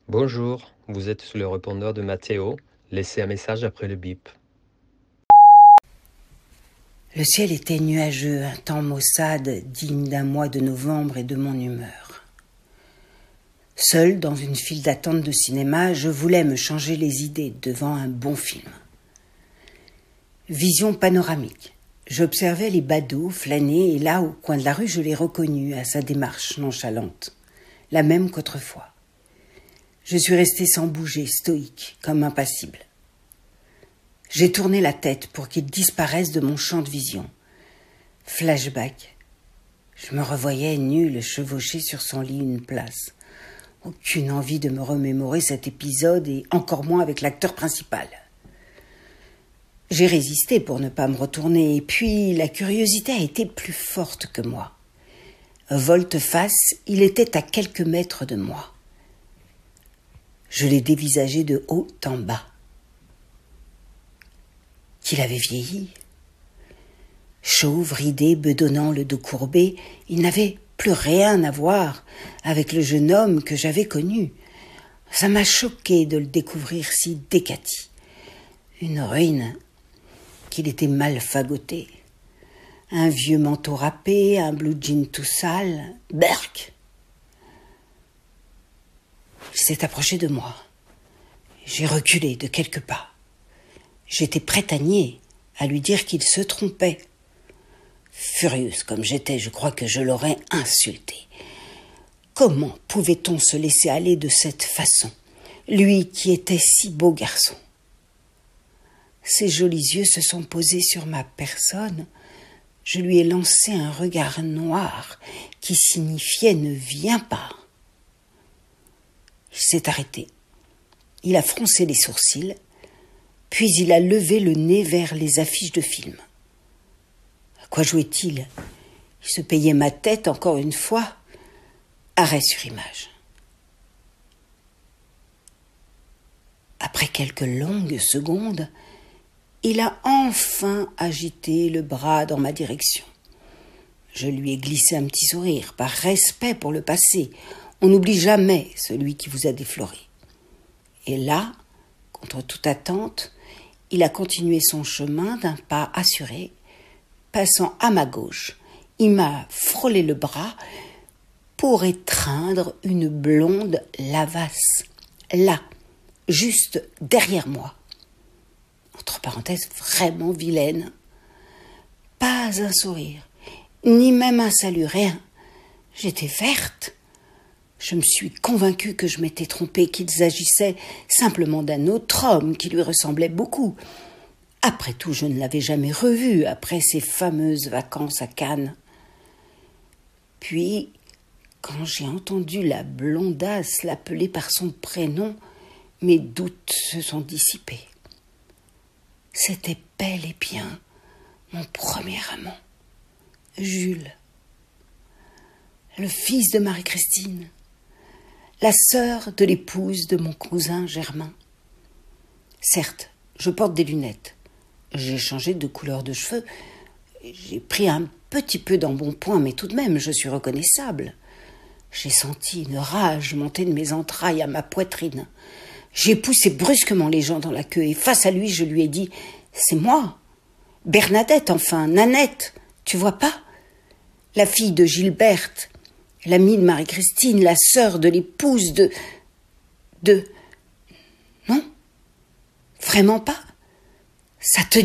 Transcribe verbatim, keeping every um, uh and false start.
Bonjour, vous êtes sur le répondeur de Mathéo. Laissez un message après le bip. Le ciel était nuageux, un temps maussade, digne d'un mois de novembre et de mon humeur. Seul, dans une file d'attente de cinéma, je voulais me changer les idées devant un bon film. Vision panoramique. J'observais les badauds flâner et là, au coin de la rue, je l'ai reconnu à sa démarche nonchalante, la même qu'autrefois. Je suis resté sans bouger, stoïque, comme impassible. J'ai tourné la tête pour qu'il disparaisse de mon champ de vision. Flashback. Je me revoyais nul, chevauché sur son lit une place. Aucune envie de me remémorer cet épisode et encore moins avec l'acteur principal. J'ai résisté pour ne pas me retourner et puis la curiosité a été plus forte que moi. Volte-face, il était à quelques mètres de moi. Je l'ai dévisagé de haut en bas. Qu'il avait vieilli. Chauve, ridé, bedonnant, le dos courbé, il n'avait plus rien à voir avec le jeune homme que j'avais connu. Ça m'a choqué de le découvrir si décati. Une ruine, qu'il était mal fagoté. Un vieux manteau râpé, un blue jean tout sale, berk. Il s'est approché de moi. J'ai reculé de quelques pas. J'étais prête à nier, à lui dire qu'il se trompait. Furieuse comme j'étais, je crois que je l'aurais insulté. Comment pouvait-on se laisser aller de cette façon, lui qui était si beau garçon? Ses jolis yeux se sont posés sur ma personne. Je lui ai lancé un regard noir qui signifiait « ne viens pas ». Il s'est arrêté. Il a froncé les sourcils, puis il a levé le nez vers les affiches de films. À quoi jouait-il? Il se payait ma tête, encore une fois. Arrêt sur image. Après quelques longues secondes, il a enfin agité le bras dans ma direction. Je lui ai glissé un petit sourire, par respect pour le passé. On n'oublie jamais celui qui vous a défloré. Et là, contre toute attente, il a continué son chemin d'un pas assuré. Passant à ma gauche, il m'a frôlé le bras pour étreindre une blonde lavasse, là, juste derrière moi. Entre parenthèses, vraiment vilaine. Pas un sourire, ni même un salut, rien. J'étais verte. Je me suis convaincue que je m'étais trompée, qu'ils agissaient simplement d'un autre homme qui lui ressemblait beaucoup. Après tout, je ne l'avais jamais revu après ces fameuses vacances à Cannes. Puis, quand j'ai entendu la blondasse l'appeler par son prénom, mes doutes se sont dissipés. C'était bel et bien mon premier amant, Jules, le fils de Marie-Christine, la sœur de l'épouse de mon cousin Germain. Certes, je porte des lunettes. J'ai changé de couleur de cheveux. J'ai pris un petit peu d'embonpoint, mais tout de même, je suis reconnaissable. J'ai senti une rage monter de mes entrailles à ma poitrine. J'ai poussé brusquement les gens dans la queue et face à lui, je lui ai dit « C'est moi, Bernadette, enfin, Nanette, tu vois pas? La fille de Gilberte, l'amie de Marie-Christine, la sœur de l'épouse de... de... Non? Vraiment pas? Ça te dit rien ?